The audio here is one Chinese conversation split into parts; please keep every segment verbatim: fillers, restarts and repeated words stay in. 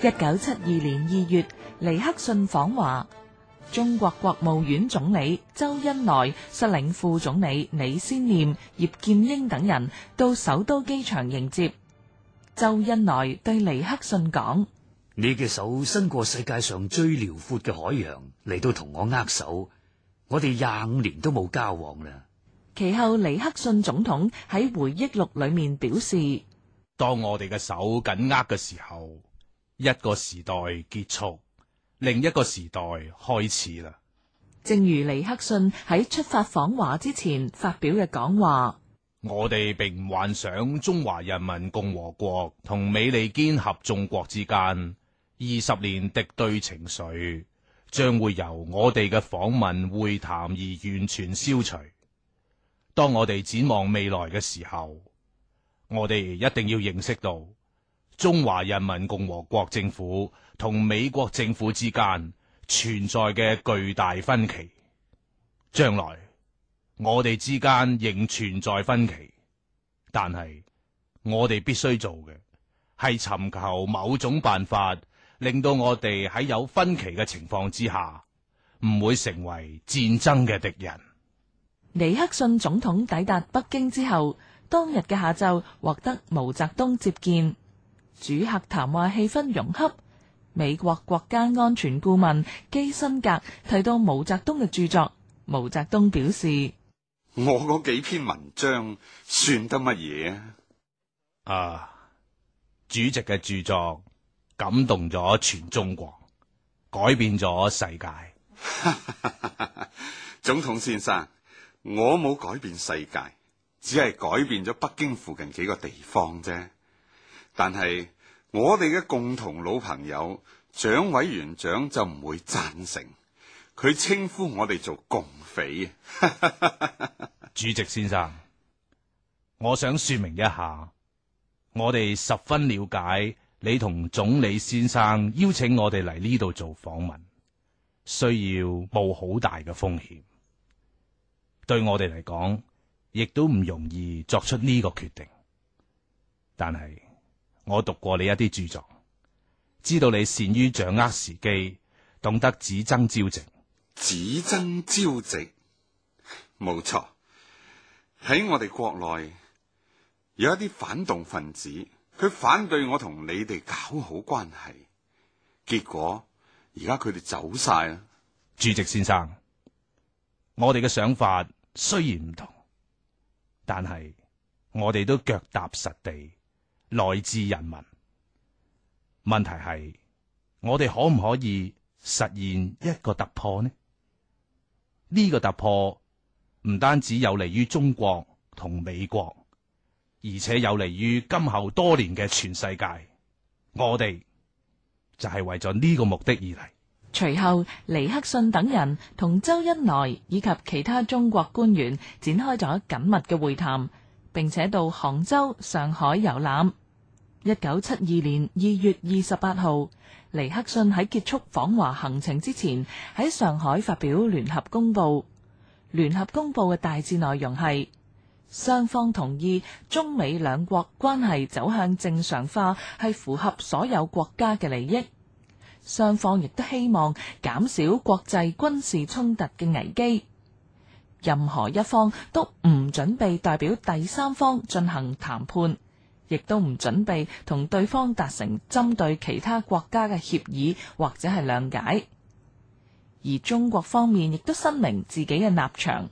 一九七二年二月，尼克遜訪華，中國國務院總理周恩來率領副總理李先念、葉劍英等人到首都機場迎接。周恩來對尼克遜講： 你嘅手伸過世界上最遼闊嘅海洋嚟到同我握手，我哋廿五年都冇交往啦。 其後尼克遜總統喺回憶錄裏面表示： 當我哋嘅手緊握嘅時候，一個時代結束，另一個時代開始啦。 正如尼克遜喺出發訪華之前發表嘅講話： 我哋並唔幻想中華人民共和國同美利堅合眾國之間二十年敵對情緒將會由我哋嘅訪問會談而完全消除。當我哋展望未來嘅時候，我哋一定要認識到中華人民共和國政府同美國政府之間存在嘅巨大分歧。將來我哋之間仍存在分歧，但係我哋必須做嘅係尋求某種辦法，令到我哋喺有分歧嘅情況之下，唔會成為戰爭嘅敵人。 尼克遜總統抵達北京之後，當日嘅下晝獲得毛澤東接見，主客談話氣氛融洽。美國國家安全顧問基辛格提到毛澤東嘅著作，毛澤東表示： 我嗰幾篇文章算得乜嘢啊？ 啊，主席嘅著作感動咗全中國，改變咗世界。 總統先生，我冇改變世界，只係改變咗北京附近幾個地方啫。但係我哋嘅共同老朋友蔣委員長就唔會贊成，佢稱呼我哋做共匪。 主席先生，我想說明一下，我哋十分了解你同總理先生邀請我哋嚟呢度做訪問，需要冒好大嘅風險。對我哋嚟講，亦都唔容易作出呢個決定。但係我讀過你一啲著作，知道你善於掌握時機，懂得只爭朝夕。 只爭朝夕，冇錯。喺我哋國內有一啲反動分子，佢反對我同你哋搞好關係，結果而家佢哋走晒啦。 主席先生，我哋嘅想法雖然唔同，但係我哋都腳踏實地，來自人民。問題係我哋可唔可以實現一個突破呢？呢個突破唔單止有利於中國同美國，而且有利於今後多年嘅全世界。我哋就係為咗呢個目的而嚟。 隨後，尼克遜等人同周恩來以及其他中國官員展開咗緊密嘅會談，並且到杭州、上海遊覽。一九七二年二月二十八號，尼克遜喺結束訪華行程之前，喺上海發表聯合公報。聯合公報嘅大致內容係：雙方同意中美兩國關係走向正常化係符合所有國家嘅利益。雙方亦都希望減少國際軍事衝突嘅危機。任何一方都唔準備代表第三方進行談判，亦都唔準備同對方達成針對其他國家嘅協議或者係諒解。而中國方面亦都申明自己嘅立場。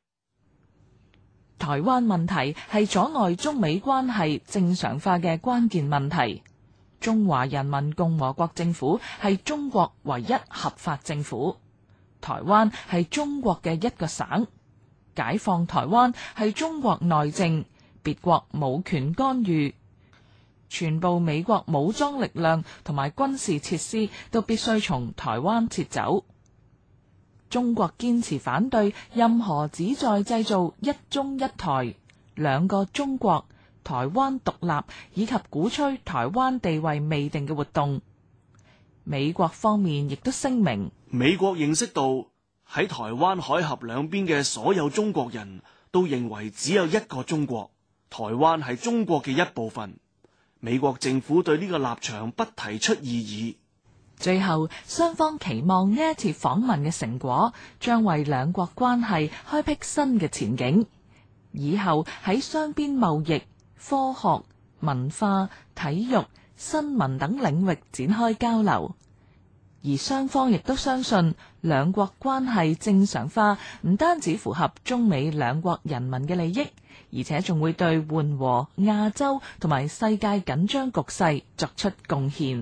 台灣問題係阻礙中美關係正常化嘅關鍵問題。中華人民共和國政府係中國唯一合法政府，台灣係中國嘅一個省，解放台灣係中國內政，別國冇權干預，全部美國武裝力量同埋軍事設施都必須從台灣撤走。中國堅持反對任何旨在製造一中一台、兩個中國、台灣獨立以及鼓吹台灣地位未定嘅活動。美國方面亦都聲明， 美國認識到喺台灣海峽兩邊嘅所有中國人都認為只有一個中國，台灣係中國嘅一部分。 美國政府對呢個立場不提出異議。 最後，雙方期望呢一次訪問嘅成果將為兩國關係開闢新嘅前景，以後喺雙邊貿易、科學、文化、體育、新聞等領域展開交流。而雙方亦都相信，兩國關係正常化唔單止符合中美兩國人民嘅利益，而且仲會對緩和亞洲同埋世界緊張局勢作出貢獻。